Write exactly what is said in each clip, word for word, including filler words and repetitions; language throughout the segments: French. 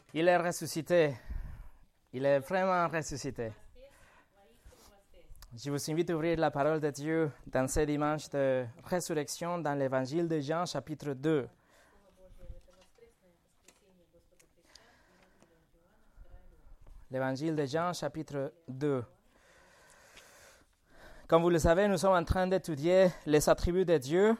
Il est ressuscité. Il est vraiment ressuscité. Je vous invite à ouvrir la parole de Dieu dans ce dimanche de résurrection dans l'évangile de Jean, chapitre deux. L'évangile de Jean, chapitre deux. Comme vous le savez, nous sommes en train d'étudier les attributs de Dieu.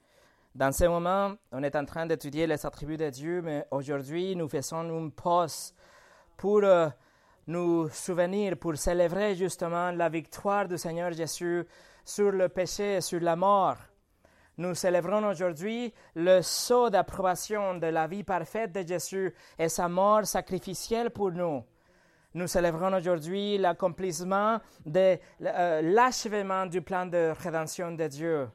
Dans ce moment, on est en train d'étudier les attributs de Dieu, mais aujourd'hui, nous faisons une pause pour euh, nous souvenir, pour célébrer justement la victoire du Seigneur Jésus sur le péché et sur la mort. Nous célébrons aujourd'hui le sceau d'approbation de la vie parfaite de Jésus et sa mort sacrificielle pour nous. Nous célébrons aujourd'hui l'accomplissement de euh, l'achèvement du plan de rédemption de Dieu.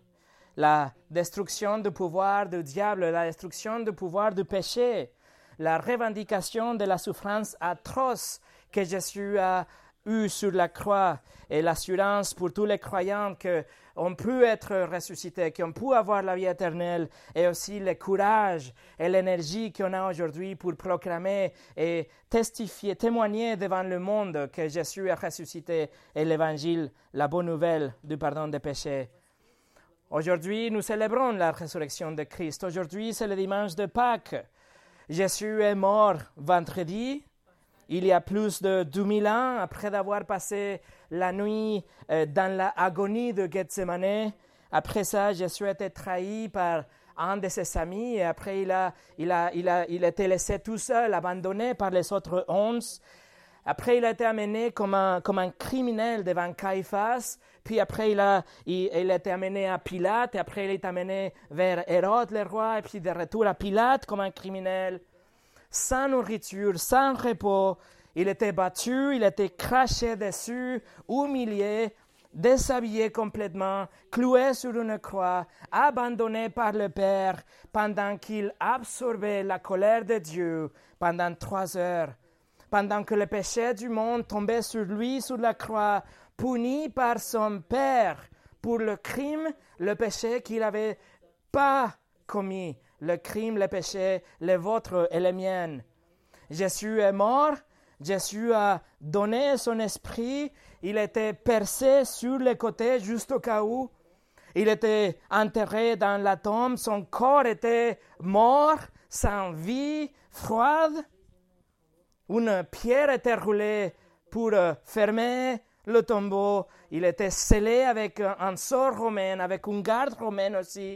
La destruction du pouvoir du diable, la destruction du pouvoir du péché, la revendication de la souffrance atroce que Jésus a eue sur la croix et l'assurance pour tous les croyants qu'on peut être ressuscités, qu'on peut avoir la vie éternelle et aussi le courage et l'énergie qu'on a aujourd'hui pour proclamer et testifier, témoigner devant le monde que Jésus est ressuscité et l'évangile, la bonne nouvelle du pardon des péchés. Aujourd'hui, nous célébrons la résurrection de Christ. Aujourd'hui, c'est le dimanche de Pâques. Jésus est mort vendredi, il y a plus de deux mille ans, après d'avoir passé la nuit euh, dans l'agonie de Gethsemane. Après ça, Jésus a été trahi par un de ses amis et après, il a, il a, il a, il a été laissé tout seul, abandonné par les autres onze. Après, il a été amené comme un, comme un criminel devant Caïphas. Puis après, il a, il, il a été amené à Pilate. Et après, il est amené vers Hérode, le roi. Et puis de retour à Pilate comme un criminel. Sans nourriture, sans repos. Il était battu, il était craché dessus, humilié, déshabillé complètement, cloué sur une croix, abandonné par le Père pendant qu'il absorbait la colère de Dieu pendant trois heures. Pendant que le péché du monde tombait sur lui, sur la croix, puni par son Père pour le crime, le péché qu'il n'avait pas commis, le crime, le péché, le vôtre et le mien. Jésus est mort, Jésus a donné son esprit, il était percé sur les côtés juste au cas où. Il était enterré dans la tombe, son corps était mort, sans vie, froide. Une pierre était roulée pour fermer le tombeau. Il était scellé avec un sceau romain, avec une garde romaine aussi.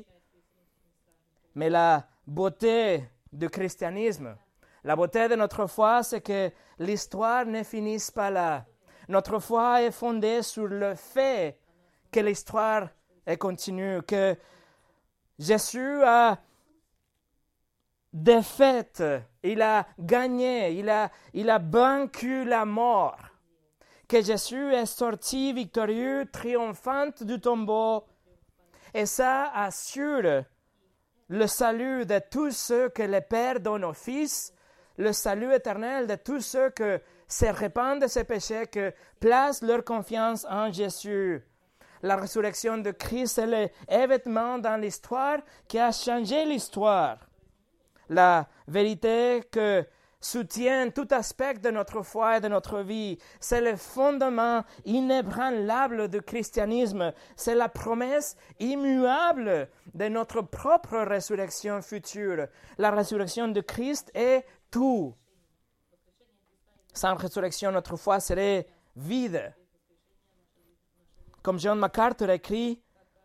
Mais la beauté du christianisme, la beauté de notre foi, c'est que l'histoire ne finisse pas là. Notre foi est fondée sur le fait que l'histoire est continue, que Jésus a défaite, il a gagné, il a, il a vaincu la mort, que Jésus est sorti victorieux, triomphant du tombeau, et ça assure le salut de tous ceux que le Père donne au Fils, le salut éternel de tous ceux qui se répandent de ses péchés, qui placent leur confiance en Jésus. La résurrection de Christ est l'événement dans l'histoire qui a changé l'histoire. La vérité que soutient tout aspect de notre foi et de notre vie, c'est le fondement inébranlable du christianisme. C'est la promesse immuable de notre propre résurrection future. La résurrection de Christ est tout. Sans résurrection, notre foi serait vide. Comme John MacArthur écrit,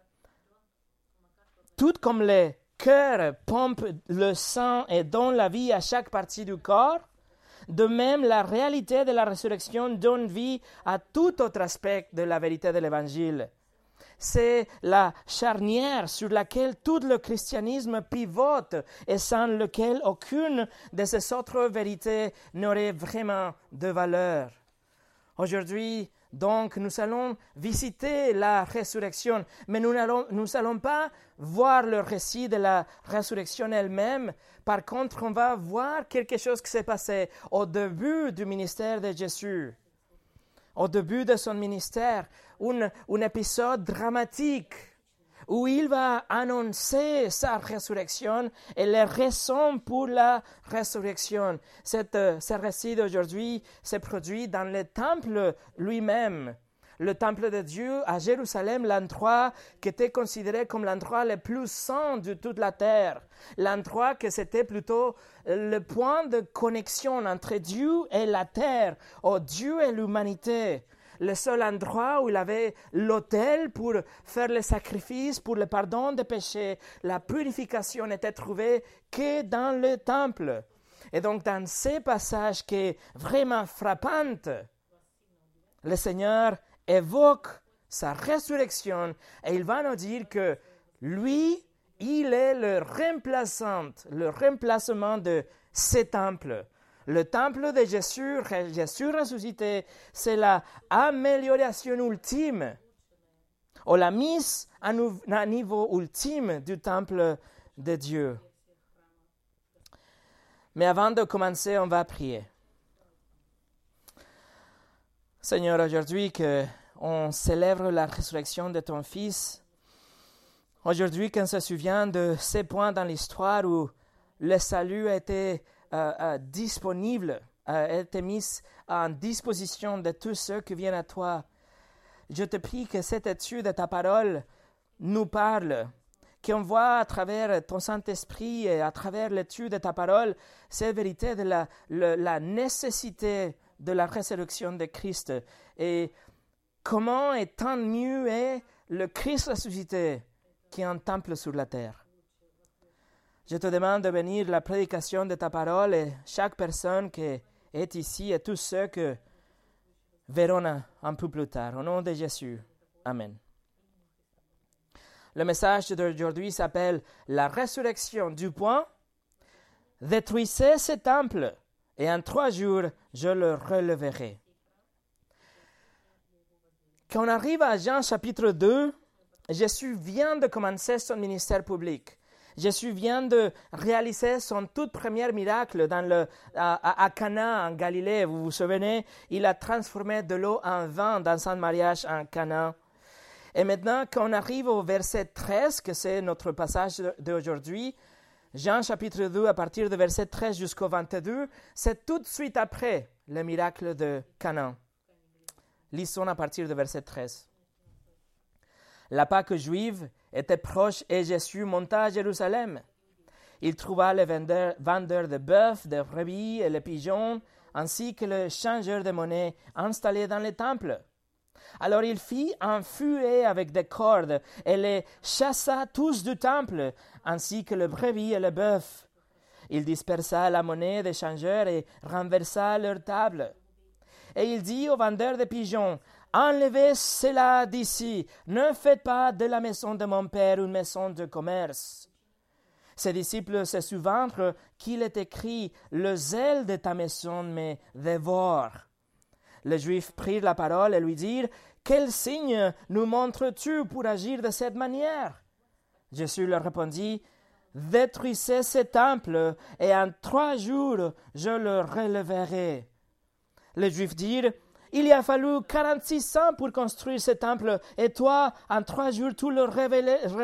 tout comme les cœur pompe le sang et donne la vie à chaque partie du corps, de même la réalité de la résurrection donne vie à tout autre aspect de la vérité de l'Évangile. C'est la charnière sur laquelle tout le christianisme pivote et sans lequel aucune de ces autres vérités n'aurait vraiment de valeur. Aujourd'hui, donc, nous allons visiter la résurrection, mais nous n'allons nous allons pas voir le récit de la résurrection elle-même. Par contre, on va voir quelque chose qui s'est passé au début du ministère de Jésus. Au début de son ministère, un, un épisode dramatique où il va annoncer sa résurrection et les raisons pour la résurrection. Cette, euh, ce récit d'aujourd'hui s'est produit dans le temple lui-même. Le temple de Dieu à Jérusalem, l'endroit qui était considéré comme l'endroit le plus saint de toute la terre. L'endroit que c'était plutôt le point de connexion entre Dieu et la terre, ou Dieu et l'humanité. Le seul endroit où il avait l'autel pour faire le sacrifice, pour le pardon des péchés. La purification n'était trouvée que dans le temple. Et donc, dans ces passages qui est vraiment frappant, le Seigneur évoque sa résurrection et il va nous dire que lui, il est le remplaçant, le remplacement de ce temple. Le temple de Jésus, Jésus ressuscité, c'est l'amélioration ultime, ou la mise à un niveau ultime du temple de Dieu. Mais avant de commencer, on va prier. Seigneur, aujourd'hui qu'on célèbre la résurrection de ton Fils, aujourd'hui qu'on se souvient de ces points dans l'histoire où le salut a été euh, euh, disponible, a été mis en disposition de tous ceux qui viennent à toi, je te prie que cette étude de ta parole nous parle, qu'on voit à travers ton Saint-Esprit et à travers l'étude de ta parole ces vérités de la, le, la nécessité de la résurrection de Christ et comment et tant mieux est le Christ ressuscité qui est un temple sur la terre. Je te demande de bénir la prédication de ta parole et chaque personne qui est ici et tous ceux que verront un peu plus tard. Au nom de Jésus. Amen. Le message d'aujourd'hui s'appelle « La résurrection du point. Détruisez ce temple. Et en trois jours, je le releverai. » Quand on arrive à Jean chapitre deux, Jésus vient de commencer son ministère public. Jésus vient de réaliser son tout premier miracle dans le, à, à Cana, en Galilée. Vous vous souvenez, il a transformé de l'eau en vin dans un mariage en Cana. Et maintenant, quand on arrive au verset treize, que c'est notre passage d'aujourd'hui, Jean chapitre deux, à partir du verset treize jusqu'au vingt-deux, c'est tout de suite après le miracle de Cana. Lisons à partir du verset treize. La Pâque juive était proche et Jésus monta à Jérusalem. Il trouva les vendeurs, vendeurs de bœufs, de brebis et les pigeons, ainsi que le changeur de monnaie installés dans le temple. Alors il fit un fouet avec des cordes et les chassa tous du temple, ainsi que le brebis et le bœuf. Il dispersa la monnaie des changeurs et renversa leur table. Et il dit aux vendeurs de pigeons, « Enlevez cela d'ici, ne faites pas de la maison de mon père une maison de commerce. » Ses disciples se souvinrent qu'il est écrit, « Le zèle de ta maison me dévore. » Les Juifs prirent la parole et lui dirent, « Quel signe nous montres-tu pour agir de cette manière ?» Jésus leur répondit, « Détruisez ce temple, et en trois jours je le releverai. » Les Juifs dirent, « Il y a fallu quarante-six ans pour construire ce temple, et toi, en trois jours, tu le relèveras. »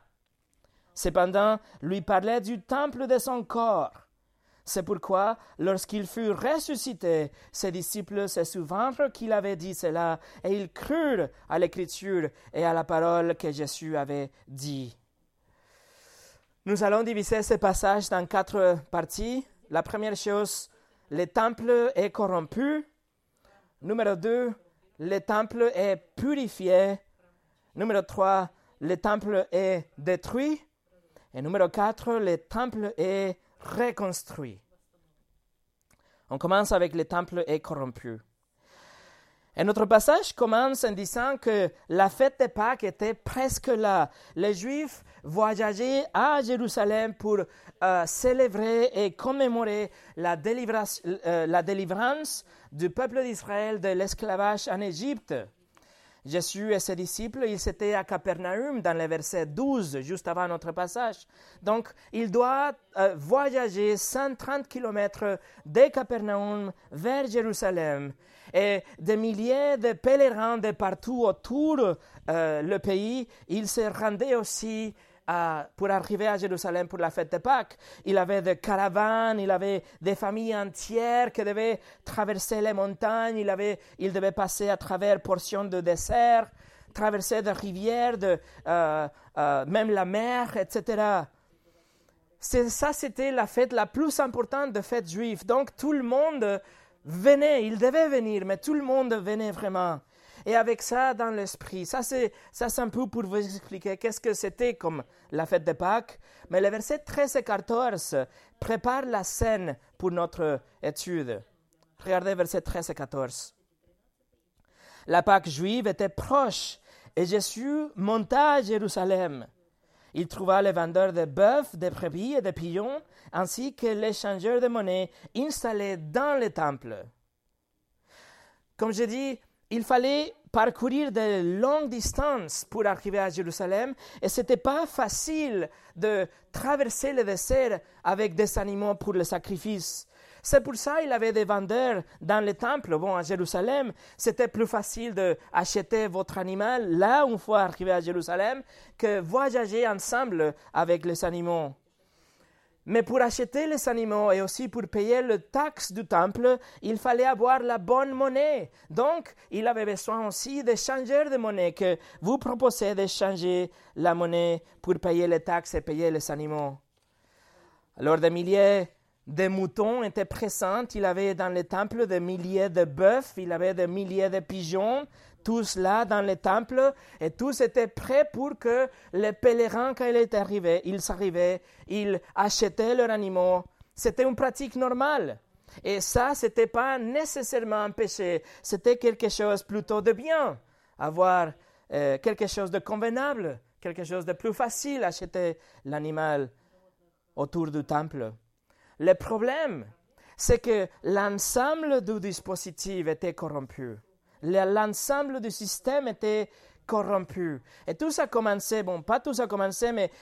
Cependant, lui parlait du temple de son corps. C'est pourquoi, lorsqu'il fut ressuscité, ses disciples se souvinrent qu'il avait dit cela, et ils crurent à l'Écriture et à la parole que Jésus avait dit. Nous allons diviser ce passage dans quatre parties. La première chose, le temple est corrompu. Numéro deux, le temple est purifié. Numéro trois, le temple est détruit. Et numéro quatre, le temple est reconstruit. On commence avec le temple est corrompu. Et notre passage commence en disant que la fête de Pâques était presque là. Les Juifs voyageaient à Jérusalem pour euh, célébrer et commémorer la, euh, la délivrance du peuple d'Israël de l'esclavage en Égypte. Jésus et ses disciples, ils étaient à Capernaum dans le verset douze, juste avant notre passage. Donc, il doit euh, voyager cent trente kilomètres de Capernaum vers Jérusalem. Et des milliers de pèlerins de partout autour euh, le pays, ils se rendaient aussi à, pour arriver à Jérusalem pour la fête de Pâques. Il avait des caravanes, il avait des familles entières qui devaient traverser les montagnes, il, avait, il devait passer à travers portions de désert, traverser des rivières, de, euh, euh, même la mer, et cetera. C'est, ça, c'était la fête la plus importante de fête juive. Donc, tout le monde venait, il devait venir, mais tout le monde venait vraiment. Et avec ça dans l'esprit, ça c'est, ça c'est un peu pour vous expliquer qu'est-ce que c'était comme la fête de Pâques. Mais les versets treize et quatorze préparent la scène pour notre étude. Regardez versets treize et quatorze. La Pâque juive était proche et Jésus monta à Jérusalem. Il trouva les vendeurs de bœufs, de brebis et de pigeons, ainsi que les changeurs de monnaie installés dans le temple. Comme je dis, il fallait parcourir de longues distances pour arriver à Jérusalem et ce n'était pas facile de traverser le désert avec des animaux pour le sacrifice. C'est pour ça qu'il avait des vendeurs dans le temple. Bon, à Jérusalem, c'était plus facile d'acheter votre animal là, une fois arrivé à Jérusalem, que voyager ensemble avec les animaux. Mais pour acheter les animaux et aussi pour payer le taxe du temple, il fallait avoir la bonne monnaie. Donc, il avait besoin aussi des changeurs de monnaie que vous proposez de changer la monnaie pour payer les taxes et payer les animaux. Alors, des milliers de moutons étaient présents. Il avait dans le temple des milliers de bœufs, il avait des milliers de pigeons, tous là dans le temple, et tous étaient prêts pour que les pèlerins, quand ils étaient arrivés, ils arrivaient, ils achetaient leurs animaux. C'était une pratique normale. Et ça, ce n'était pas nécessairement un péché, c'était quelque chose plutôt de bien, avoir euh, quelque chose de convenable, quelque chose de plus facile, acheter l'animal autour du temple. Le problème, c'est que l'ensemble du dispositif était corrompu. L'ensemble du système était corrompu. Et tout ça a commencé, bon, pas tout ça a commencé, mais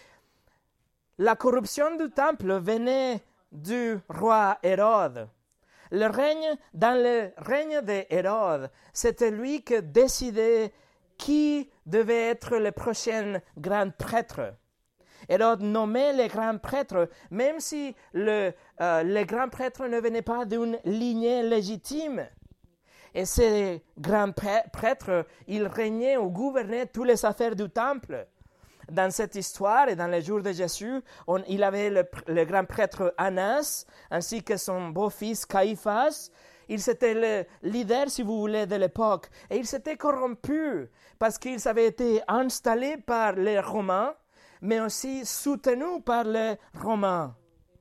la corruption du temple venait du roi Hérode. Le règne, dans le règne d'Hérode, c'était lui qui décidait qui devait être le prochain grand prêtre. Hérode nommait les grands prêtres, même si le, euh, les grands prêtres ne venaient pas d'une lignée légitime. Et ces grands prêtres, ils régnaient ou gouvernaient toutes les affaires du temple. Dans cette histoire et dans les jours de Jésus, on, il avait le, le grand prêtre Annas, ainsi que son beau-fils Caïphas. Ils étaient le leader, si vous voulez, de l'époque. Et ils s'étaient corrompus parce qu'ils avaient été installés par les Romains, mais aussi soutenus par les Romains.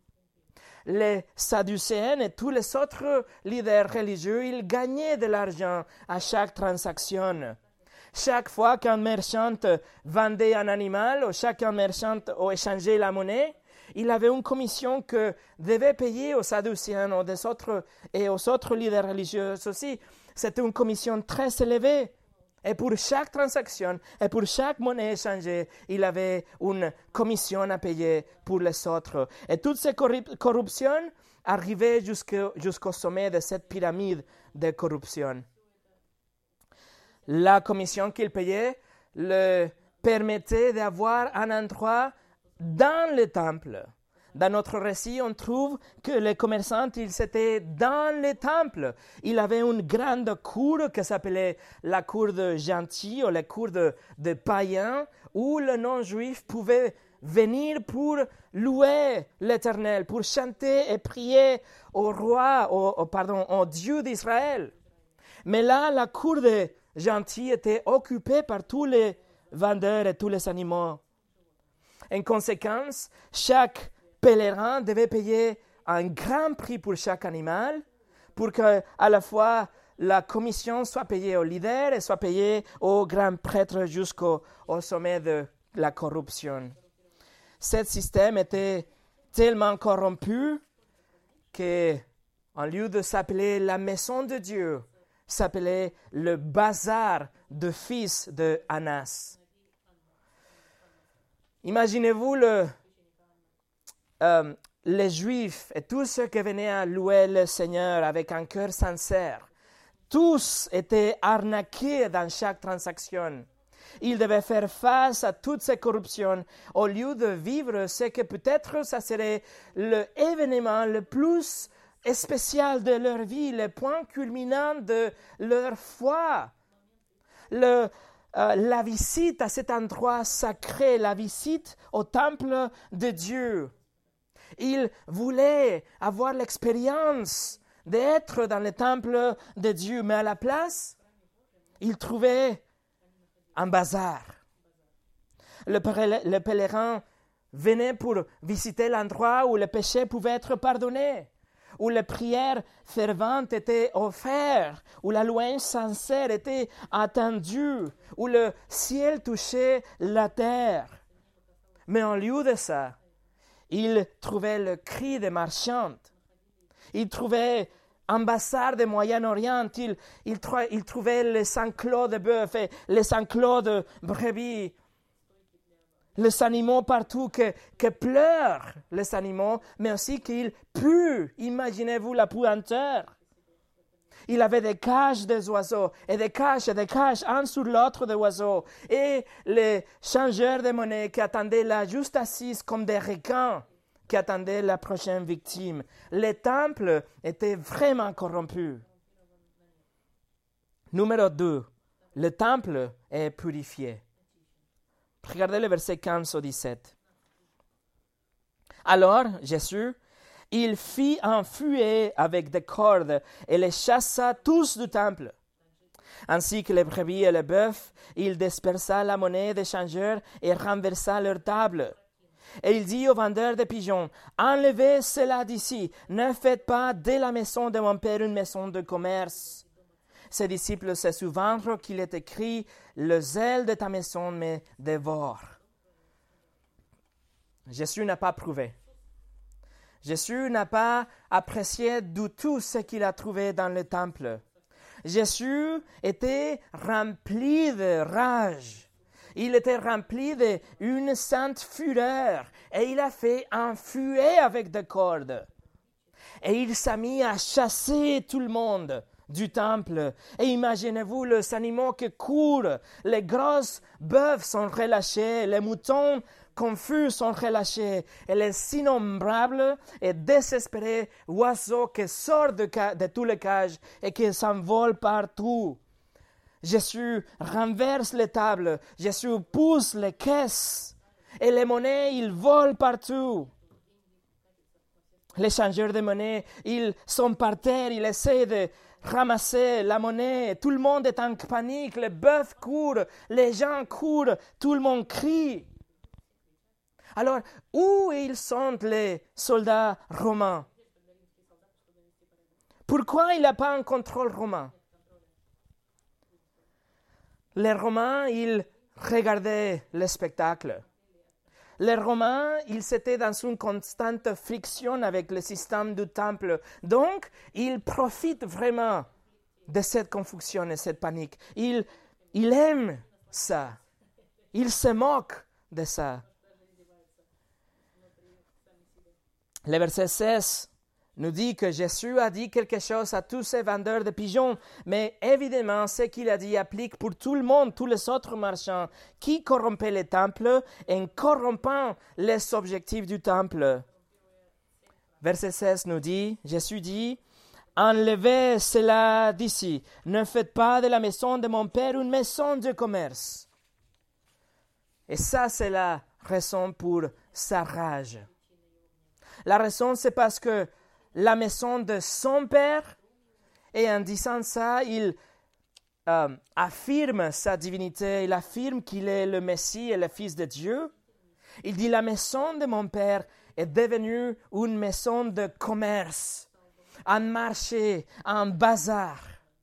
Les Sadducéens et tous les autres leaders religieux, ils gagnaient de l'argent à chaque transaction. Chaque fois qu'un marchand vendait un animal, ou chaque marchand échangeait la monnaie, il avait une commission que devait payer aux Sadducéens aux des autres, et aux autres leaders religieux aussi. C'était une commission très élevée. Et pour chaque transaction, et pour chaque monnaie échangée, il avait une commission à payer pour les autres. Et toutes ces corruptions arrivaient jusqu'au, jusqu'au sommet de cette pyramide de corruption. La commission qu'il payait le permettait d'avoir un endroit dans le temple. Dans notre récit, on trouve que les commerçants, ils étaient dans le temple. Il avait une grande cour qui s'appelait la cour de gentils ou la cour de, de païens, où le non-juif pouvait venir pour louer l'Éternel, pour chanter et prier au roi, au, au, pardon, au Dieu d'Israël. Mais là, la cour de gentils était occupée par tous les vendeurs et tous les animaux. En conséquence, chaque pèlerin devait payer un grand prix pour chaque animal, pour que à la fois la commission soit payée au leader et soit payée au grand prêtre jusqu'au au sommet de la corruption. Ce système était tellement corrompu que, en lieu de s'appeler la maison de Dieu, s'appelait le bazar de fils de Annas. Imaginez-vous le, euh, les Juifs et tous ceux qui venaient à louer le Seigneur avec un cœur sincère. Tous étaient arnaqués dans chaque transaction. Ils devaient faire face à toutes ces corruptions au lieu de vivre ce que peut-être ça serait l'événement le plus spécial de leur vie, le point culminant de leur foi. Le, euh, la visite à cet endroit sacré, la visite au temple de Dieu. Ils voulaient avoir l'expérience d'être dans le temple de Dieu, mais à la place, ils trouvaient un bazar. Le, le pèlerin venait pour visiter l'endroit où le péché pouvait être pardonné, où les prières ferventes étaient offertes, où la louange sincère était attendue, où le ciel touchait la terre. Mais en lieu de ça, il trouvait le cri des marchands. Il trouvait un bazar de Moyen-Orient. Il, il, il trouvait les sanclots de bœuf et les sanclots de brebis. Les animaux partout que, que pleurent les animaux, mais aussi qu'ils puent. Imaginez-vous la puanteur. Il avait des cages des oiseaux, et des cages et des cages, un sur l'autre des oiseaux. Et les changeurs de monnaie qui attendaient là, juste assis comme des requins, qui attendaient la prochaine victime. Les temples étaient vraiment corrompus. Numéro deux, le temple est purifié. Regardez le verset quinze au dix-sept. Alors, Jésus, il fit un fouet avec des cordes et les chassa tous du temple. Ainsi que les brebis et les bœufs, il dispersa la monnaie des changeurs et renversa leur table. Et il dit aux vendeurs de pigeons, « Enlevez cela d'ici, ne faites pas de la maison de mon père une maison de commerce. » Ses disciples se souvinrent qu'il est écrit, « Le zèle de ta maison me dévore. » Jésus n'a pas prouvé. Jésus n'a pas apprécié du tout ce qu'il a trouvé dans le temple. Jésus était rempli de rage. Il était rempli d'une sainte fureur et il a fait un fouet avec des cordes. Et il s'est mis à chasser tout le monde du temple. Et imaginez-vous les animaux qui courent, les grosses bœufs sont relâchés, les moutons confus sont relâchés, et les innombrables et désespérés oiseaux qui sortent de, ca- de tous les cages et qui s'envolent partout. Jésus renverse les tables, Jésus pousse les caisses, et les monnaies, ils volent partout. Les changeurs de monnaie, ils sont par terre, ils essaient de ramasser la monnaie, tout le monde est en panique, les bœufs courent, les gens courent, tout le monde crie. Alors, où ils sont les soldats romains? Pourquoi il n'y a pas un contrôle romain? Les Romains, ils regardaient le spectacle. Les Romains, ils étaient dans une constante friction avec le système du temple. Donc, ils profitent vraiment de cette confusion et cette panique. Ils, ils aiment ça. Ils se moquent de ça. Le verset seize nous dit que Jésus a dit quelque chose à tous ces vendeurs de pigeons, mais évidemment, ce qu'il a dit applique pour tout le monde, tous les autres marchands qui corrompaient le temple en corrompant les objectifs du temple. Verset seize nous dit, Jésus dit, « Enlevez cela d'ici, ne faites pas de la maison de mon Père une maison de commerce. » Et ça, c'est la raison pour sa rage. La raison, c'est parce que la maison de son Père, et en disant ça, il euh, affirme sa divinité, il affirme qu'il est le Messie et le Fils de Dieu. Il dit, la maison de mon Père est devenue une maison de commerce, un marché, un bazar.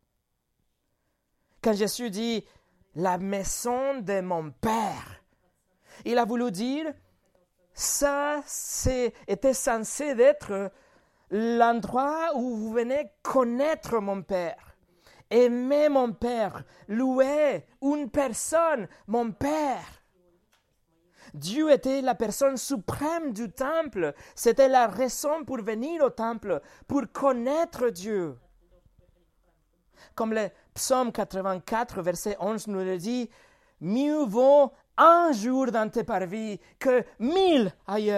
Quand Jésus dit, la maison de mon Père, il a voulu dire, ça était censé être l'endroit où vous venez connaître mon Père. aimer mon Père, louer une personne, mon Père. Dieu était la personne suprême du temple. C'était la raison pour venir au temple, pour connaître Dieu. Comme le psaume quatre-vingt-quatre, verset onze nous le dit, « Mieux vaut un jour dans tes parvis que mille ailleurs. »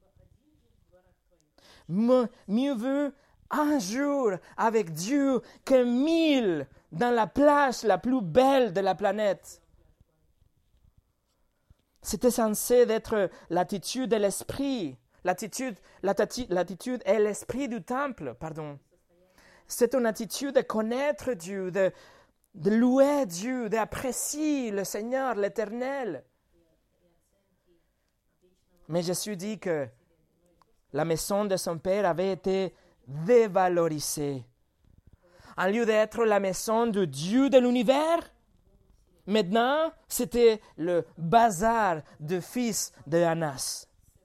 Mieux vaut un jour avec Dieu que mille dans la plage la plus belle de la planète. C'était censé être l'attitude de l'esprit, l'attitude, l'attitude et l'esprit du temple, pardon. C'est une attitude de connaître Dieu, de, de louer Dieu, d'apprécier le Seigneur, l'Éternel. Mais Jésus dit que la maison de son Père avait été dévalorisée. En lieu d'être la maison du Dieu de l'univers, maintenant, c'était le bazar du fils de Annas.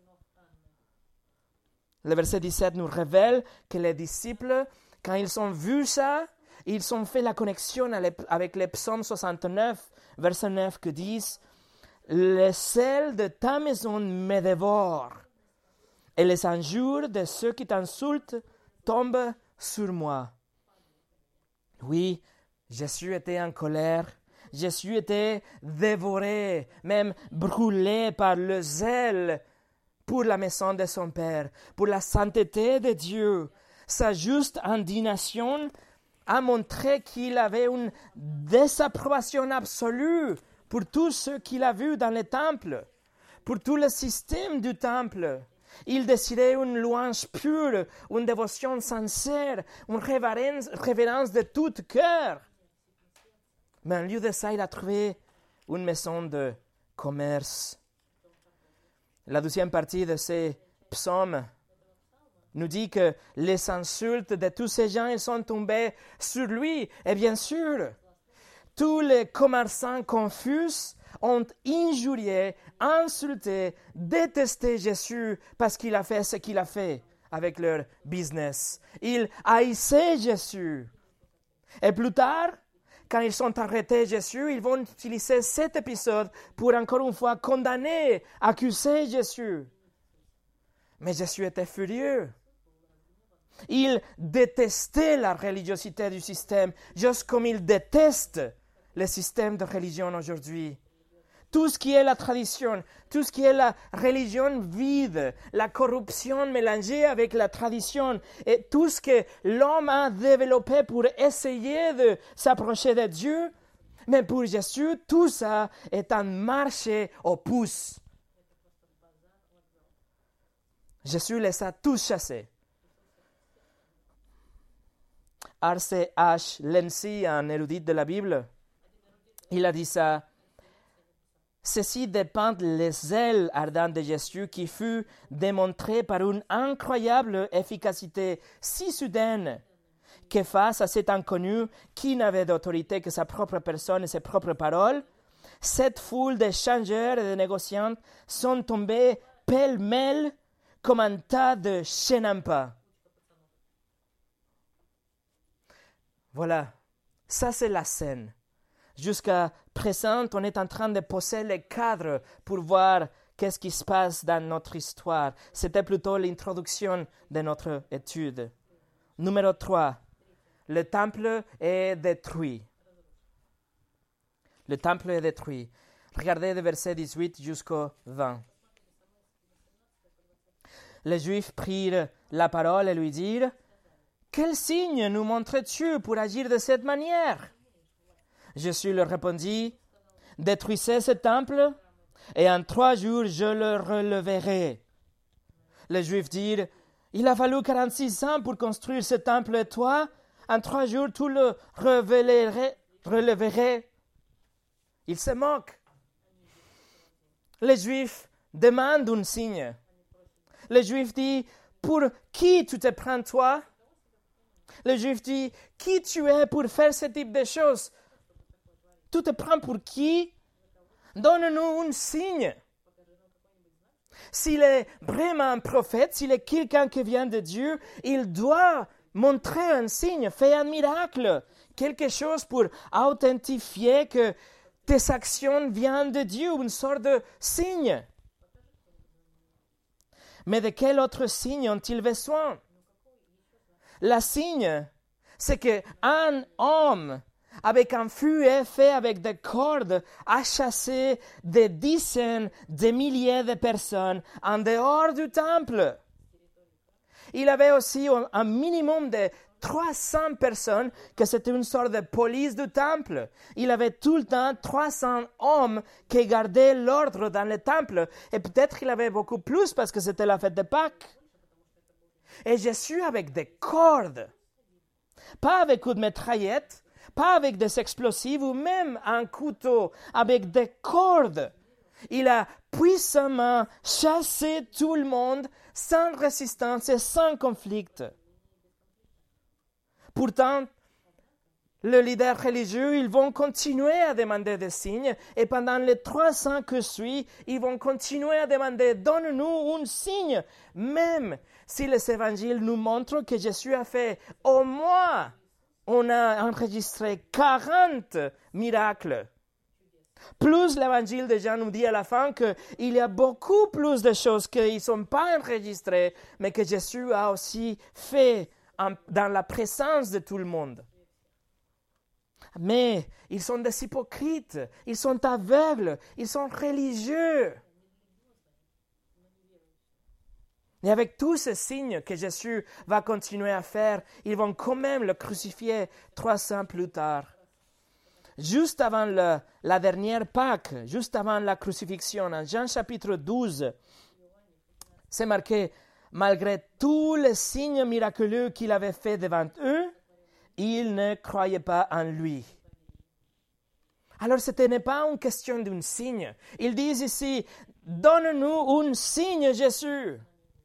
Le verset dix-sept nous révèle que les disciples, quand ils ont vu ça, ils ont fait la connexion avec le psaume soixante-neuf, verset neuf, qui dit « Le sel de ta maison me dévore, et les injures de ceux qui t'insultent tombent sur moi. » Oui, Jésus était en colère. Jésus était dévoré, même brûlé par le zèle pour la maison de son Père, pour la sainteté de Dieu. Sa juste indignation a montré qu'il avait une désapprobation absolue pour tout ce qu'il a vu dans le temple, pour tout le système du temple. Il désirait une louange pure, une dévotion sincère, une révérence, révérence de tout cœur. Mais en lieu de ça, il a trouvé une maison de commerce. La deuxième partie de ces psaumes nous dit que les insultes de tous ces gens ils sont tombés sur lui. Et bien sûr, tous les commerçants confus ont injurié, insulté, détesté Jésus parce qu'il a fait ce qu'il a fait avec leur business. Ils haïssaient Jésus. Et plus tard, quand ils sont arrêtés Jésus, ils vont utiliser cet épisode pour encore une fois condamner, accuser Jésus. Mais Jésus était furieux. Il détestait la religiosité du système, juste comme il déteste le système de religion aujourd'hui. Tout ce qui est la tradition, tout ce qui est la religion vide, la corruption mélangée avec la tradition et tout ce que l'homme a développé pour essayer de s'approcher de Dieu, mais pour Jésus, tout ça est un marché aux puces. Jésus les a tous chassés. R C H Lenzi, un érudit de la Bible, il a dit ça. Ceci dépend des zèles ardents de Jésus qui fut démontré par une incroyable efficacité si soudaine que face à cet inconnu qui n'avait d'autorité que sa propre personne et ses propres paroles, cette foule de changeurs et de négociants sont tombés pêle-mêle comme un tas de chenampas. Voilà, ça c'est la scène. Jusqu'à présent, on est en train de poser le cadre pour voir qu'est-ce qui se passe dans notre histoire. C'était plutôt l'introduction de notre étude. Numéro trois. Le temple est détruit. Le temple est détruit. Regardez le verset dix-huit jusqu'au vingt. Les Juifs prirent la parole et lui dirent « Quel signe nous montres-tu pour agir de cette manière ?» Jésus leur répondit, « Détruisez ce temple, et en trois jours je le releverai. » Les Juifs dirent, « Il a fallu quarante-six ans pour construire ce temple, et toi, en trois jours tu le releverais. » Ils se moquent. Les Juifs demandent un signe. Les Juifs disent, « Pour qui tu te prends toi ?» Les Juifs disent, « Qui tu es pour faire ce type de choses ?» Tu te prends pour qui? Donne-nous un signe. S'il est vraiment un prophète, s'il est quelqu'un qui vient de Dieu, il doit montrer un signe, fais un miracle, quelque chose pour authentifier que tes actions viennent de Dieu, une sorte de signe. Mais de quel autre signe ont-ils besoin? Le signe, c'est qu'un homme avec un fouet fait avec des cordes a chassé des dizaines de milliers de personnes en dehors du temple. Il avait aussi un minimum de trois cents personnes, que c'était une sorte de police du temple. Il avait tout le temps trois cents hommes qui gardaient l'ordre dans le temple. Et peut-être il avait beaucoup plus parce que c'était la fête de Pâques. Et Jésus avec des cordes, pas avec une mitraillette, pas avec des explosifs ou même un couteau, avec des cordes. Il a puissamment chassé tout le monde sans résistance et sans conflit. Pourtant, les leaders religieux, ils vont continuer à demander des signes et pendant les trois ans que suivent, ils vont continuer à demander « Donne-nous un signe » même si les évangiles nous montrent que Jésus a fait au moins, on a enregistré quarante miracles. Plus l'évangile de Jean nous dit à la fin qu'il y a beaucoup plus de choses qui ne sont pas enregistrées, mais que Jésus a aussi fait en, dans la présence de tout le monde. Mais ils sont des hypocrites, ils sont aveugles, ils sont religieux. Et avec tous ces signes que Jésus va continuer à faire, ils vont quand même le crucifier trois ans plus tard. Juste avant le, la dernière Pâque, juste avant la crucifixion, en Jean chapitre douze, c'est marqué « Malgré tous les signes miraculeux qu'il avait faits devant eux, ils ne croyaient pas en lui. » Alors, ce n'est pas une question d'un signe. Ils disent ici « Donne-nous un signe, Jésus !»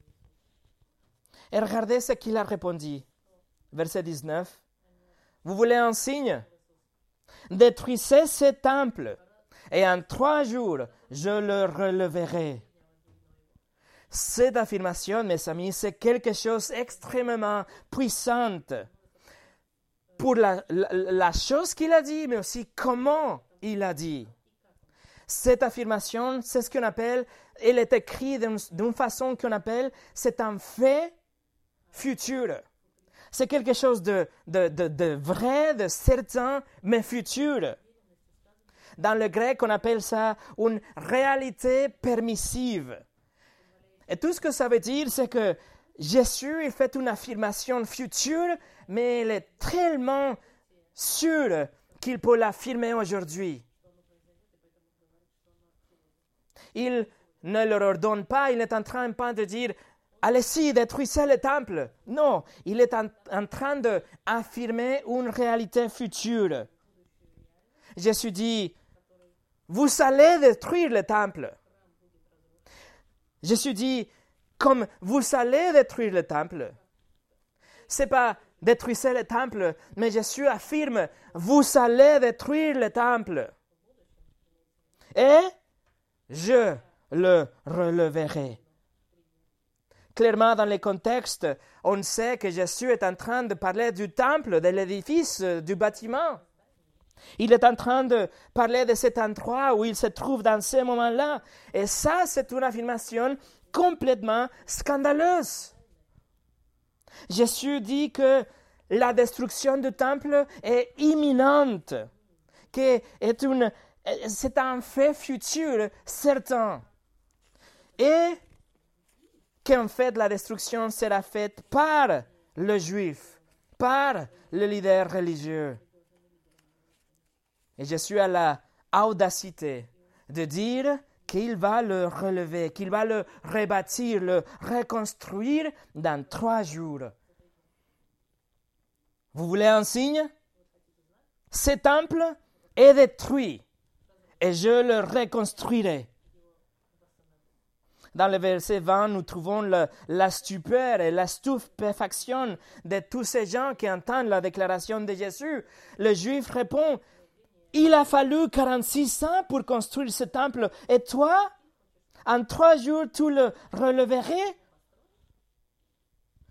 Et regardez ce qu'il a répondu. Verset dix-neuf. « Vous voulez un signe? Détruisez ce temple, et en trois jours, je le releverai. » Cette affirmation, mes amis, c'est quelque chose d'extrêmement puissant pour la, la, la chose qu'il a dit, mais aussi comment il a dit. Cette affirmation, c'est ce qu'on appelle, elle est écrite d'une, d'une façon qu'on appelle, c'est un fait futur. C'est quelque chose de, de, de, de vrai, de certain, mais futur. Dans le grec, on appelle ça une réalité permissive. Et tout ce que ça veut dire, c'est que Jésus il fait une affirmation future, mais elle est tellement sûre qu'il peut l'affirmer aujourd'hui. Il ne leur ordonne pas, il n'est en train pas de dire « Allez-y, détruisez le temple ». Non, il est en, en train d'affirmer une réalité future. Jésus dit « Vous allez détruire le temple ». Jésus dit « Comme vous allez détruire le temple ». Ce n'est pas « détruisez le temple », mais Jésus affirme « Vous allez détruire le temple ». Et je le releverai. Clairement, dans les contextes, on sait que Jésus est en train de parler du temple, de l'édifice, du bâtiment. Il est en train de parler de cet endroit où il se trouve dans ce moment-là. Et ça, c'est une affirmation complètement scandaleuse. Jésus dit que la destruction du temple est imminente, que est une, c'est un fait futur certain. Et qu'en fait la destruction sera faite par le juif, par le leader religieux. Et Jésus a la audacité de dire qu'il va le relever, qu'il va le rebâtir, le reconstruire dans trois jours. Vous voulez un signe? Ce temple est détruit et je le reconstruirai. Dans le verset vingt, nous trouvons le, la stupeur et la stupéfaction de tous ces gens qui entendent la déclaration de Jésus. Le Juif répond, « Il a fallu quarante-six ans pour construire ce temple, et toi, en trois jours, tu le releverais ?»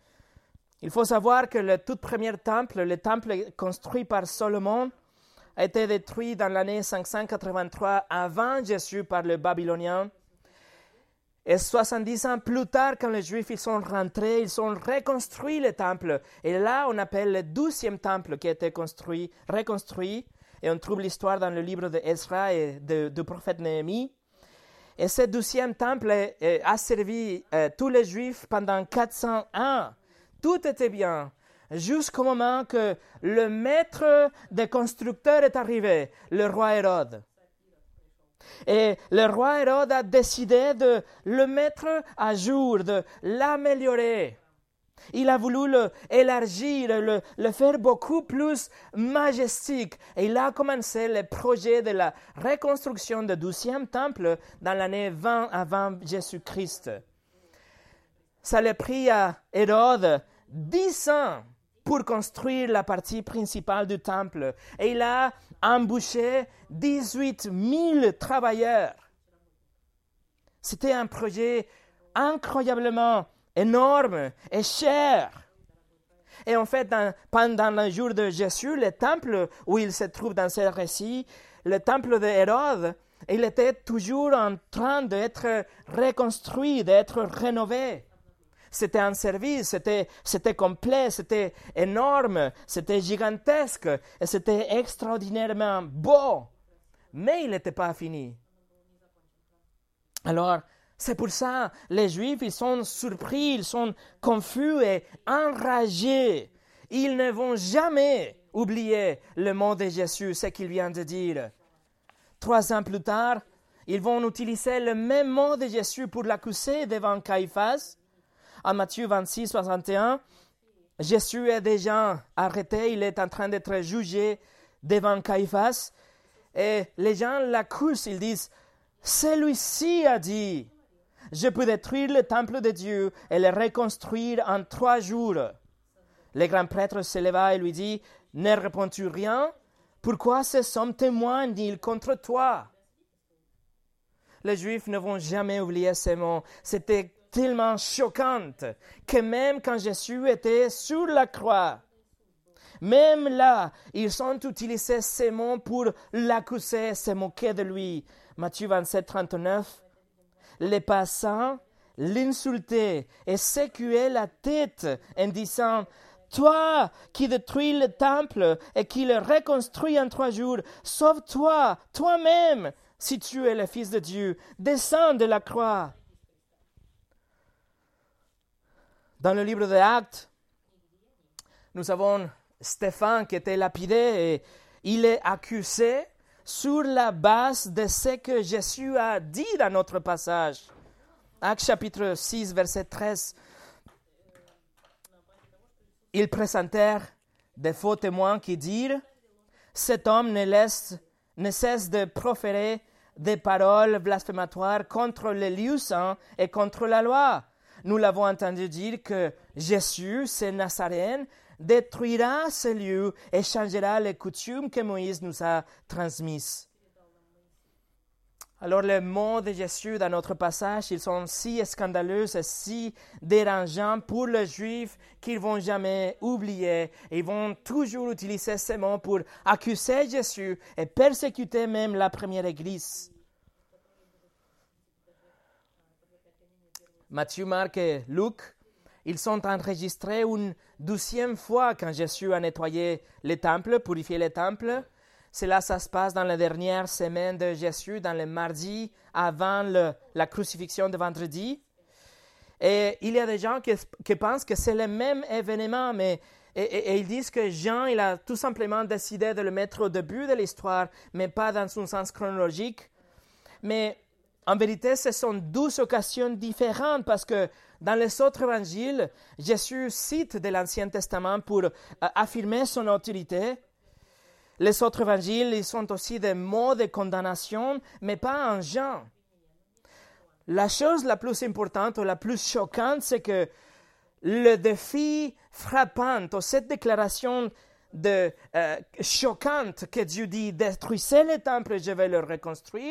Il faut savoir que le tout premier temple, le temple construit par Salomon, a été détruit dans l'année cinq cent quatre-vingt-trois avant Jésus par les Babyloniens. Et soixante-dix ans plus tard, quand les Juifs ils sont rentrés, ils ont reconstruit le temple. Et là, on appelle le douzième temple qui a été construit, reconstruit. Et on trouve l'histoire dans le livre d'Ezra et de, du prophète Néhémie. Et ce douzième temple eh, a servi eh, tous les Juifs pendant quatre cents ans. Tout était bien, jusqu'au moment que le maître des constructeurs est arrivé, le roi Hérode. Et le roi Hérode a décidé de le mettre à jour, de l'améliorer. Il a voulu l'élargir, le, le faire beaucoup plus majestique. Et il a commencé le projet de la reconstruction du douzième temple dans l'année vingt avant Jésus-Christ. Ça l'a pris à Hérode dix ans pour construire la partie principale du temple. Et il a embauché dix-huit mille travailleurs. C'était un projet incroyablement énorme et cher. Et en fait, dans, pendant le jour de Jésus, le temple où il se trouve dans ce récit, le temple de Hérode, il était toujours en train d'être reconstruit, d'être rénové. C'était un service, c'était, c'était complet, c'était énorme, c'était gigantesque et c'était extraordinairement beau. Mais il n'était pas fini. Alors, c'est pour ça, les Juifs, ils sont surpris, ils sont confus et enragés. Ils ne vont jamais oublier le mot de Jésus, ce qu'il vient de dire. Trois ans plus tard, ils vont utiliser le même mot de Jésus pour l'accuser devant Caïphas. En Matthieu vingt-six, soixante et un, Jésus est déjà arrêté, il est en train d'être jugé devant Caïphas. Et les gens l'accusent, ils disent, « Celui-ci a dit, je peux détruire le temple de Dieu et le reconstruire en trois jours. » Le grand prêtre se leva et lui dit, « Ne réponds-tu rien? Pourquoi ces hommes témoignent-ils contre toi? » Les Juifs ne vont jamais oublier ces mots. C'était tellement choquant que même quand Jésus était sur la croix, même là, ils ont utilisé ces mots pour l'accuser, se moquer de lui. Matthieu vingt-sept, trente-neuf. Les passants l'insultaient et secouaient la tête en disant, « Toi qui détruis le temple et qui le reconstruis en trois jours, sauve-toi toi-même si tu es le Fils de Dieu. Descends de la croix. » Dans le livre des Actes, nous avons Stéphane qui était lapidé et il est accusé sur la base de ce que Jésus a dit dans notre passage. Actes chapitre six, verset treize. Ils présentèrent des faux témoins qui dirent, « Cet homme ne, laisse, ne cesse de proférer des paroles blasphématoires contre les lieux saints et contre la loi. Nous l'avons entendu dire que Jésus, ce Nazaréen, détruira ce lieu et changera les coutumes que Moïse nous a transmises. » Alors les mots de Jésus dans notre passage, ils sont si scandaleux et si dérangeants pour les Juifs qu'ils ne vont jamais oublier. Ils vont toujours utiliser ces mots pour accuser Jésus et persécuter même la première Église. Matthieu, Marc et Luc, ils sont enregistrés une douzième fois quand Jésus a nettoyé le temple, purifié le temple. Cela, ça se passe dans la dernière semaine de Jésus, dans le mardi avant le, la crucifixion de vendredi. Et il y a des gens qui, qui pensent que c'est le même événement, mais et, et, et ils disent que Jean, il a tout simplement décidé de le mettre au début de l'histoire, mais pas dans un sens chronologique. Mais en vérité, ce sont douze occasions différentes parce que dans les autres évangiles, Jésus cite de l'Ancien Testament pour euh, affirmer son autorité. Les autres évangiles, ils sont aussi des mots de condamnation, mais pas en Jean. La chose la plus importante ou la plus choquante, c'est que le défi frappant, ou cette déclaration de, euh, choquante que Dieu dit « Détruisez le temple et je vais le reconstruire »,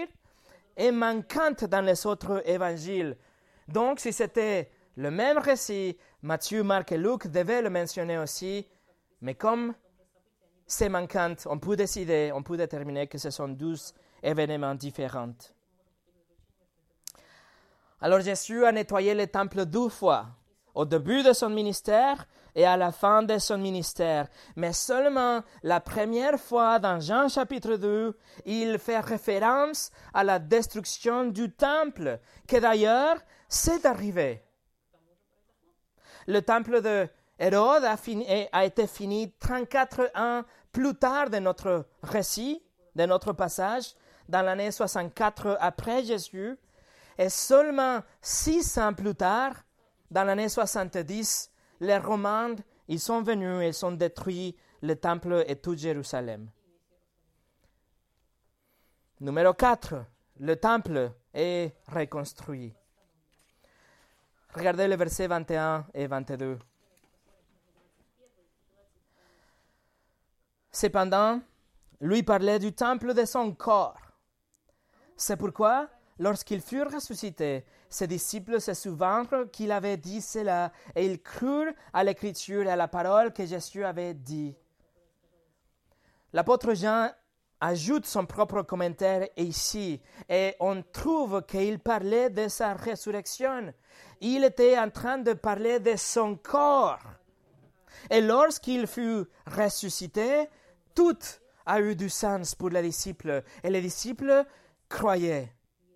est manquante dans les autres évangiles. Donc, si c'était Le même récit, Matthieu, Marc et Luc devaient le mentionner aussi, mais comme c'est manquant, on peut décider, on peut déterminer que ce sont douze événements différents. Alors Jésus a nettoyé le temple deux fois, au début de son ministère et à la fin de son ministère. Mais seulement la première fois dans Jean chapitre deux, il fait référence à la destruction du temple, qui d'ailleurs c'est arrivé. Le temple de Hérode a, fini, a été fini trente-quatre ans plus tard de notre récit, de notre passage, dans l'année soixante-quatre après Jésus. Et seulement six ans plus tard, dans l'année soixante-dix, les Romains, ils sont venus et ils ont détruit le temple et tout Jérusalem. Numéro quatre, le temple est reconstruit. Regardez les versets vingt et un et vingt-deux. Cependant, lui parlait du temple de son corps. C'est pourquoi, lorsqu'il fut ressuscité, ses disciples se souvinrent qu'il avait dit cela et ils crurent à l'écriture et à la parole que Jésus avait dit. L'apôtre Jean ajoute son propre commentaire ici et on trouve qu'il parlait de sa résurrection. Il était en train de parler de son corps. Et lorsqu'il fut ressuscité, tout a eu du sens pour les disciples et les disciples croyaient.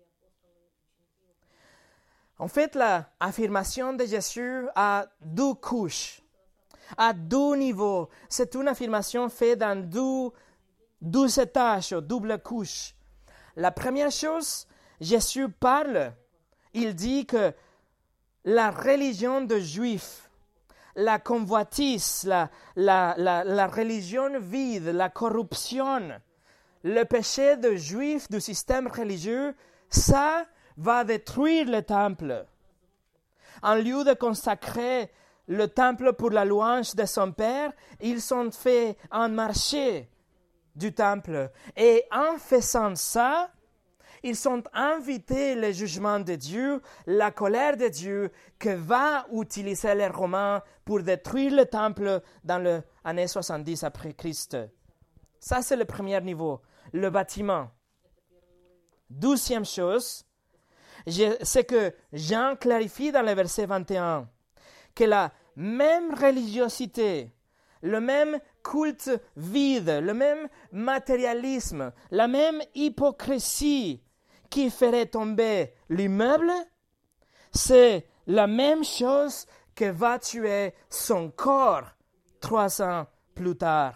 En fait, l'affirmation de Jésus a deux couches, à deux niveaux. C'est une affirmation faite dans deux, deux étages, double couche. La première chose, Jésus parle, il dit que la religion des Juifs, la convoitise, la, la, la, la religion vide, la corruption, le péché des Juifs, du système religieux, ça va détruire le temple. En lieu de consacrer le temple pour la louange de son Père, ils ont fait un marché du temple. Et en faisant ça, ils ont invité le jugement de Dieu, la colère de Dieu, que va utiliser les Romains pour détruire le temple dans l'année soixante-dix après Christ. Ça, c'est le premier niveau, le bâtiment. Deuxième chose, c'est que Jean clarifie dans le verset vingt et un que la même religiosité, le même culte vide, le même matérialisme, la même hypocrisie qui ferait tomber l'immeuble, c'est la même chose que va tuer son corps trois ans plus tard.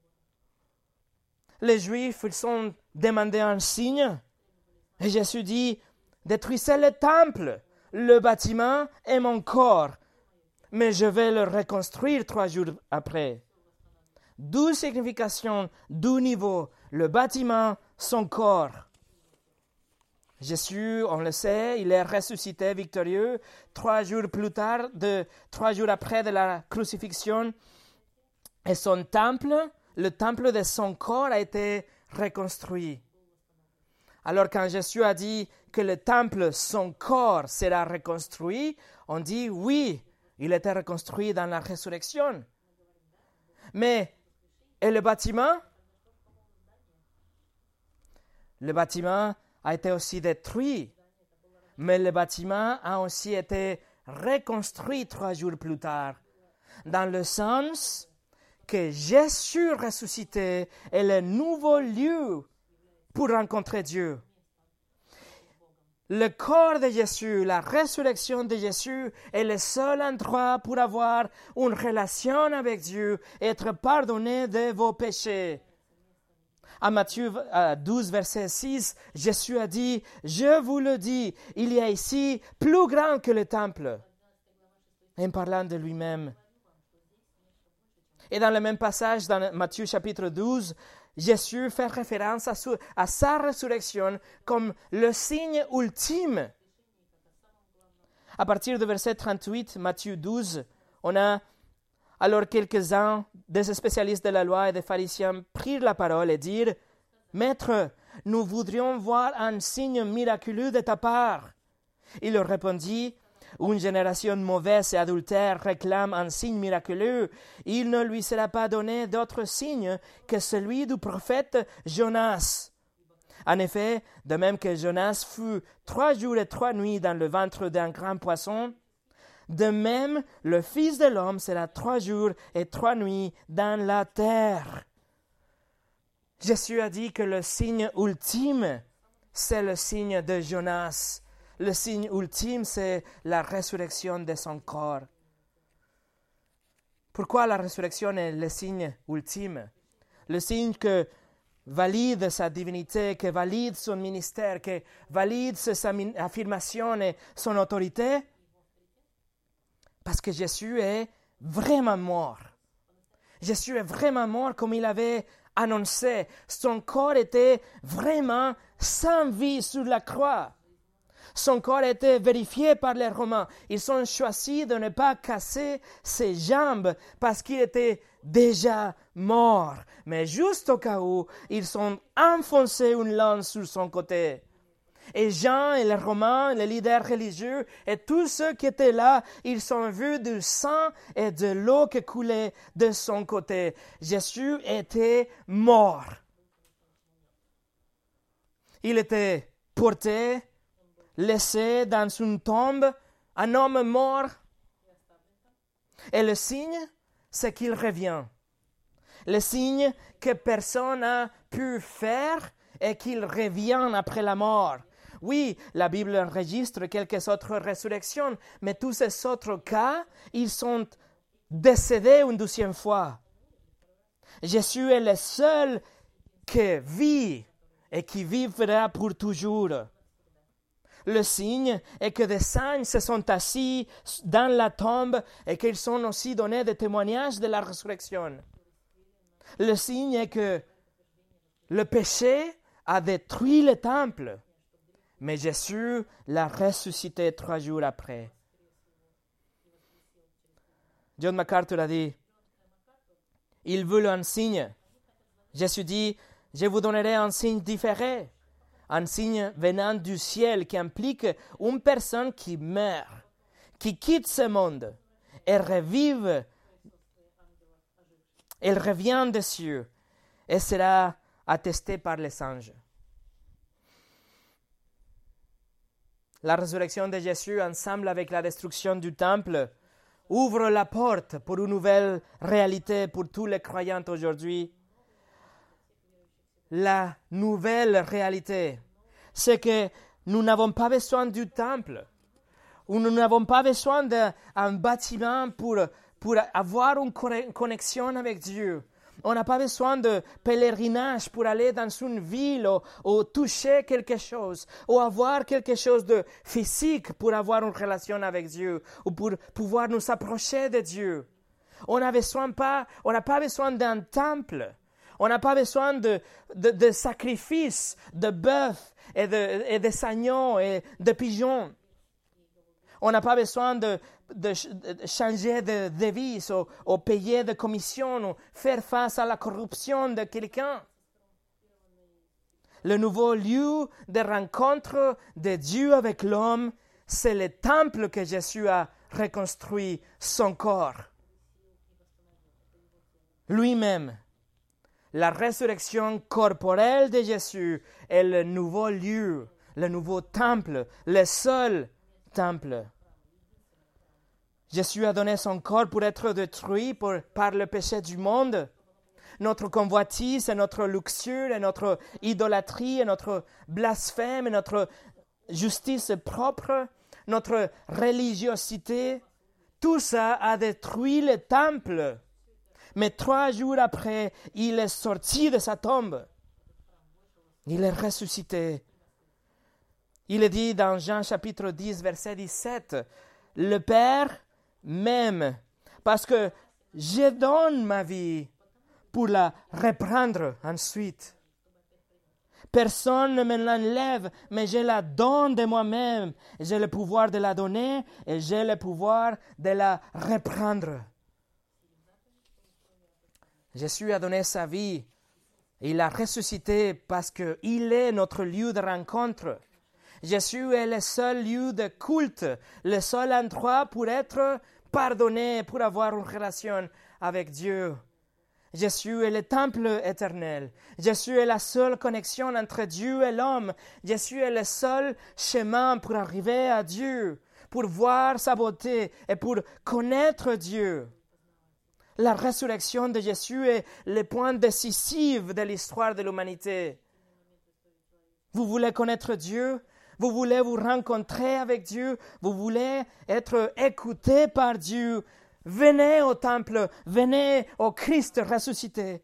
Les Juifs, ils ont demandé un signe et Jésus dit: détruisez le temple, le bâtiment et mon corps, mais je vais le reconstruire trois jours après. Deux significations, deux niveaux, le bâtiment, son corps. Jésus, on le sait, il est ressuscité victorieux trois jours plus tard, de, trois jours après de la crucifixion, et son temple, le temple de son corps a été reconstruit. Alors quand Jésus a dit que le temple, son corps, sera reconstruit, on dit oui, il était reconstruit dans la résurrection. Mais, et le bâtiment? Le bâtiment a été aussi détruit, mais le bâtiment a aussi été reconstruit trois jours plus tard, dans le sens que Jésus ressuscité est le nouveau lieu pour rencontrer Dieu. Le corps de Jésus, la résurrection de Jésus est le seul endroit pour avoir une relation avec Dieu et être pardonné de vos péchés. À Matthieu douze, verset six, Jésus a dit, « Je vous le dis, il y a ici plus grand que le temple. » En parlant de lui-même. Et dans le même passage, dans Matthieu chapitre douze, Jésus fait référence à, su, à sa résurrection comme le signe ultime. À partir du verset trente-huit, Matthieu douze, on a alors quelques-uns des spécialistes de la loi et des pharisiens prirent la parole et dirent, « Maître, nous voudrions voir un signe miraculeux de ta part. » Il leur répondit, une génération mauvaise et adultère réclame un signe miraculeux, il ne lui sera pas donné d'autre signe que celui du prophète Jonas. En effet, de même que Jonas fut trois jours et trois nuits dans le ventre d'un grand poisson, de même le Fils de l'homme sera trois jours et trois nuits dans la terre. Jésus a dit que le signe ultime, c'est le signe de Jonas. Le signe ultime, c'est la résurrection de son corps. Pourquoi la résurrection est le signe ultime? Le signe que valide sa divinité, que valide son ministère, que valide ses affirmations et son autorité? Parce que Jésus est vraiment mort. Jésus est vraiment mort comme il avait annoncé. Son corps était vraiment sans vie sur la croix. Son corps était vérifié par les Romains. Ils ont choisi de ne pas casser ses jambes parce qu'il était déjà mort. Mais juste au cas où, ils ont enfoncé une lance sur son côté. Et Jean et les Romains, les leaders religieux et tous ceux qui étaient là, ils ont vu du sang et de l'eau qui coulait de son côté. Jésus était mort. Il était porté, laissé dans une tombe, un homme mort. Et le signe, c'est qu'il revient. Le signe que personne n'a pu faire est qu'il revient après la mort. Oui, la Bible enregistre quelques autres résurrections, mais tous ces autres cas, ils sont décédés une deuxième fois. Jésus est le seul qui vit et qui vivra pour toujours. Le signe est que des saints se sont assis dans la tombe et qu'ils ont aussi donné des témoignages de la résurrection. Le signe est que le péché a détruit le temple, mais Jésus l'a ressuscité trois jours après. John MacArthur a dit, il veut un signe. Jésus dit, je vous donnerai un signe différent, un signe venant du ciel qui implique une personne qui meurt, qui quitte ce monde et revive. Elle revient des cieux et sera attestée par les anges. La résurrection de Jésus, ensemble avec la destruction du temple, ouvre la porte pour une nouvelle réalité pour tous les croyants aujourd'hui. La nouvelle réalité, c'est que nous n'avons pas besoin du temple, ou nous n'avons pas besoin d'un bâtiment pour, pour avoir une connexion avec Dieu. On n'a pas besoin de pèlerinage pour aller dans une ville ou, ou toucher quelque chose, ou avoir quelque chose de physique pour avoir une relation avec Dieu, ou pour pouvoir nous approcher de Dieu. On n'a besoin pas, on n'a pas besoin d'un temple. On n'a pas besoin de, de, de sacrifices, de bœufs et de, et de agneaux et de pigeons. On n'a pas besoin de, de, de changer de devise ou, ou payer de commission ou faire face à la corruption de quelqu'un. Le nouveau lieu de rencontre de Dieu avec l'homme, c'est le temple que Jésus a reconstruit son corps. Lui-même. La résurrection corporelle de Jésus est le nouveau lieu, le nouveau temple, le seul temple. Jésus a donné son corps pour être détruit pour, par le péché du monde. Notre convoitise et notre luxure et notre idolâtrie et notre blasphème et notre justice propre, notre religiosité, tout ça a détruit le temple. Mais trois jours après, il est sorti de sa tombe. Il est ressuscité. Il est dit dans Jean chapitre dix, verset dix-sept, « Le Père m'aime parce que je donne ma vie pour la reprendre ensuite. Personne ne me l'enlève, mais je la donne de moi-même. J'ai le pouvoir de la donner et j'ai le pouvoir de la reprendre. » Jésus a donné sa vie. Il a ressuscité parce qu'il est notre lieu de rencontre. Jésus est le seul lieu de culte, le seul endroit pour être pardonné, pour avoir une relation avec Dieu. Jésus est le temple éternel. Jésus est la seule connexion entre Dieu et l'homme. Jésus est le seul chemin pour arriver à Dieu, pour voir sa beauté et pour connaître Dieu. La résurrection de Jésus est le point décisif de l'histoire de l'humanité. Vous voulez connaître Dieu? Vous voulez vous rencontrer avec Dieu? Vous voulez être écouté par Dieu? Venez au temple, venez au Christ ressuscité.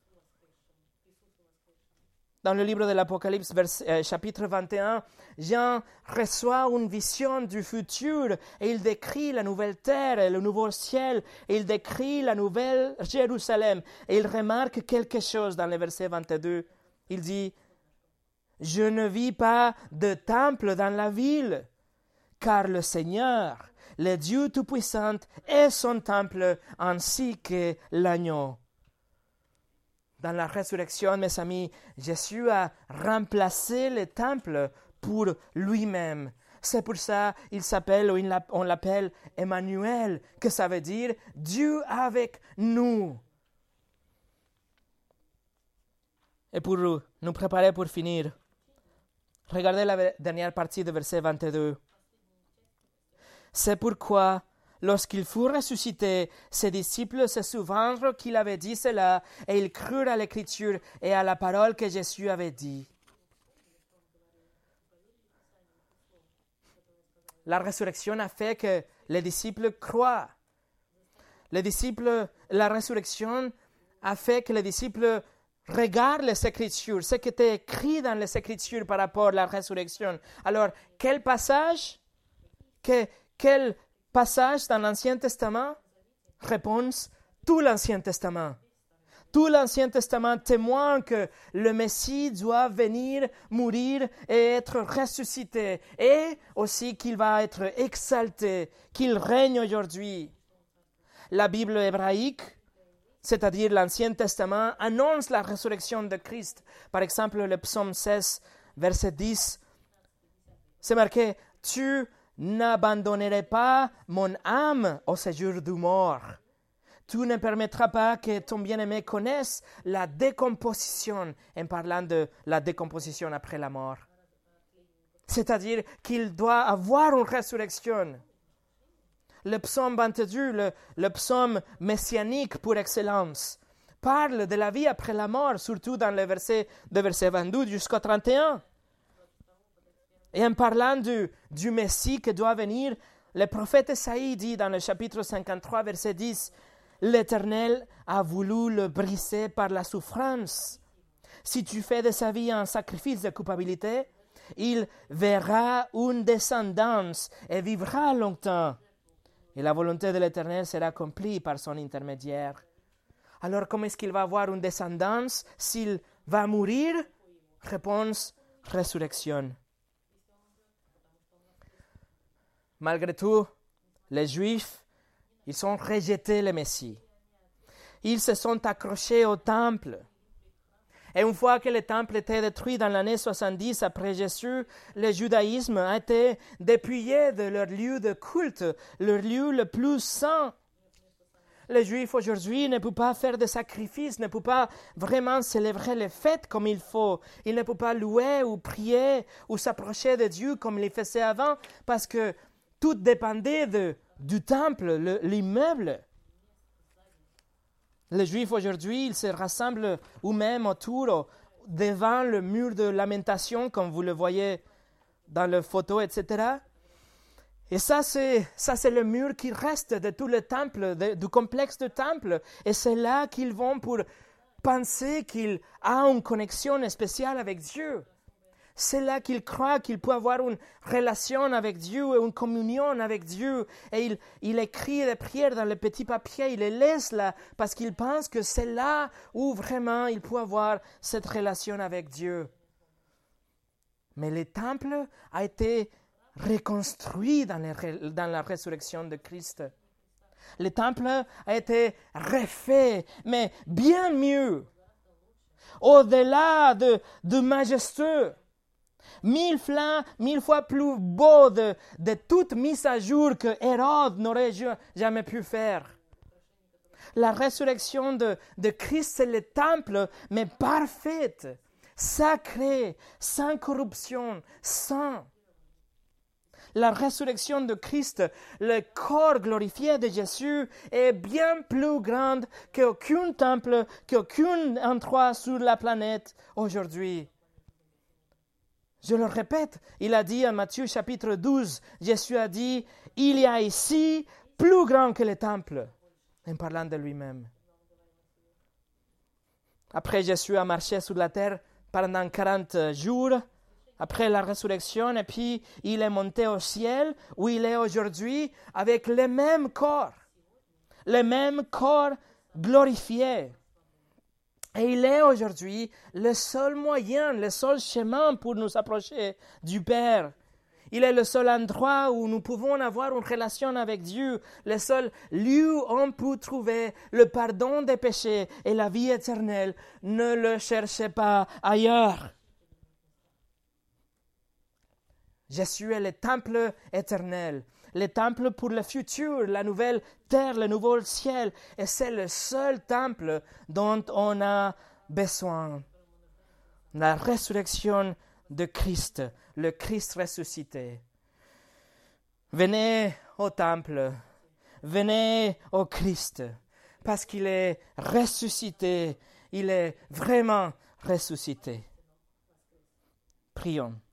Dans le livre de l'Apocalypse, vers, euh, chapitre vingt et un, Jean reçoit une vision du futur et il décrit la nouvelle terre et le nouveau ciel et il décrit la nouvelle Jérusalem et il remarque quelque chose dans le verset vingt-deux. Il dit « Je ne vis pas de temple dans la ville, car le Seigneur, le Dieu Tout-Puissant, est son temple ainsi que l'agneau. » Dans la résurrection, mes amis, Jésus a remplacé le temple pour lui-même. C'est pour ça qu'il s'appelle, ou on l'appelle Emmanuel, que ça veut dire Dieu avec nous. Et pour nous préparer pour finir, regardez la dernière partie du verset vingt-deux. C'est pourquoi, lorsqu'il fut ressuscité, ses disciples se souvinrent qu'il avait dit cela et ils crurent à l'Écriture et à la parole que Jésus avait dit. La résurrection a fait que les disciples croient. Les disciples, la résurrection a fait que les disciples regardent les Écritures, ce qui était écrit dans les Écritures par rapport à la résurrection. Alors, quel passage? Que, quel passage dans l'Ancien Testament? Réponse, tout l'Ancien Testament. Tout l'Ancien Testament témoigne que le Messie doit venir, mourir et être ressuscité. Et aussi qu'il va être exalté, qu'il règne aujourd'hui. La Bible hébraïque, c'est-à-dire l'Ancien Testament, annonce la résurrection de Christ. Par exemple, le psaume seize, verset dix, c'est marqué « Tu n'abandonnerai pas mon âme au séjour du mort. Tu ne permettras pas que ton bien-aimé connaisse la décomposition, en parlant de la décomposition après la mort. C'est-à-dire qu'il doit avoir une résurrection. Le psaume vingt-deux, le, le psaume messianique pour excellence, parle de la vie après la mort, surtout dans le verset, de verset vingt-deux jusqu'au trente et un. Et en parlant du, du Messie qui doit venir, le prophète Esaïe dit dans le chapitre cinquante-trois, verset dix, « L'Éternel a voulu le briser par la souffrance. Si tu fais de sa vie un sacrifice de culpabilité, il verra une descendance et vivra longtemps. Et la volonté de l'Éternel sera accomplie par son intermédiaire. » Alors, comment est-ce qu'il va avoir une descendance s'il va mourir? Réponse, résurrection. Malgré tout, les Juifs, ils ont rejeté le Messie. Ils se sont accrochés au temple. Et une fois que le temple était détruit dans l'année soixante-dix après Jésus, le judaïsme a été dépouillé de leur lieu de culte, leur lieu le plus saint. Les Juifs aujourd'hui ne peuvent pas faire de sacrifices, ne peuvent pas vraiment célébrer les fêtes comme il faut. Ils ne peuvent pas louer ou prier ou s'approcher de Dieu comme ils le faisaient avant parce que tout dépendait de, du temple, le, l'immeuble. Les Juifs aujourd'hui, ils se rassemblent eux-mêmes autour, devant le mur de lamentation, comme vous le voyez dans la photo, et cetera. Et ça, c'est, ça, c'est le mur qui reste de tout le temple, de, du complexe du temple. Et c'est là qu'ils vont pour penser qu'ils ont une connexion spéciale avec Dieu. C'est là qu'il croit qu'il peut avoir une relation avec Dieu et une communion avec Dieu. Et il, il écrit des prières dans le petit papier, il les laisse là parce qu'il pense que c'est là où vraiment il peut avoir cette relation avec Dieu. Mais le temple a été reconstruit dans, les, dans la résurrection de Christ. Le temple a été refait, mais bien mieux. Au-delà de, de majestueux. Mille fois, mille fois plus beau de, de toute mise à jour que Hérode n'aurait jamais pu faire. La résurrection de, de Christ, c'est le temple, mais parfaite, sacré, sans corruption, saint. La résurrection de Christ, le corps glorifié de Jésus, est bien plus grande qu'aucun temple, qu'aucun endroit sur la planète aujourd'hui. Je le répète, il a dit en Matthieu chapitre douze, Jésus a dit, « Il y a ici plus grand que le temple », en parlant de lui-même. Après, Jésus a marché sur la terre pendant quarante jours, après la résurrection, et puis il est monté au ciel, où il est aujourd'hui, avec le même corps, le même corps glorifié. Et il est aujourd'hui le seul moyen, le seul chemin pour nous approcher du Père. Il est le seul endroit où nous pouvons avoir une relation avec Dieu, le seul lieu où on peut trouver le pardon des péchés et la vie éternelle. Ne le cherchez pas ailleurs. Jésus est le temple éternel, le temple pour le futur, la nouvelle terre, le nouveau ciel. Et c'est le seul temple dont on a besoin. La résurrection de Christ, le Christ ressuscité. Venez au temple, venez au Christ, parce qu'il est ressuscité, il est vraiment ressuscité. Prions.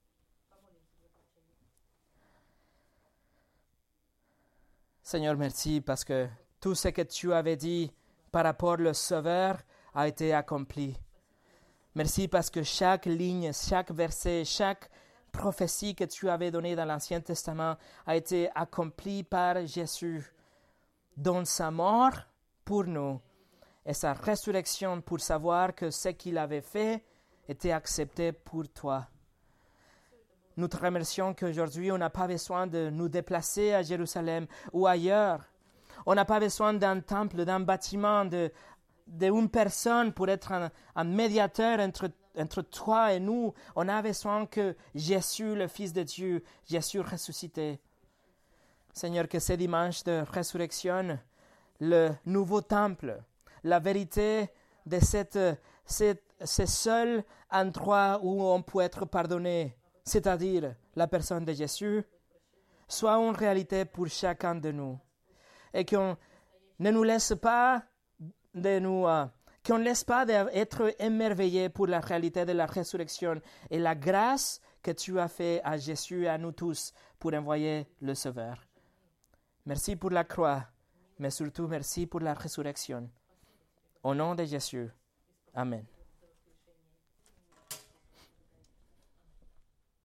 Seigneur, merci parce que tout ce que tu avais dit par rapport au Sauveur a été accompli. Merci parce que chaque ligne, chaque verset, chaque prophétie que tu avais donnée dans l'Ancien Testament a été accomplie par Jésus, dans sa mort pour nous et sa résurrection pour savoir que ce qu'il avait fait était accepté pour toi. Nous te remercions qu'aujourd'hui, on n'a pas besoin de nous déplacer à Jérusalem ou ailleurs. On n'a pas besoin d'un temple, d'un bâtiment, de, d'une personne pour être un, un médiateur entre, entre toi et nous. On a besoin que Jésus, le Fils de Dieu, Jésus ressuscité. Seigneur, que ce dimanche de résurrection, le nouveau temple, la vérité de cette, cette, ce seul endroit où on peut être pardonné, c'est-à-dire la personne de Jésus, soit une réalité pour chacun de nous. Et qu'on ne nous laisse pas de nous, euh, qu'on ne laisse pas d'être émerveillés pour la réalité de la résurrection et la grâce que tu as fait à Jésus et à nous tous pour envoyer le Sauveur. Merci pour la croix, mais surtout merci pour la résurrection. Au nom de Jésus. Amen.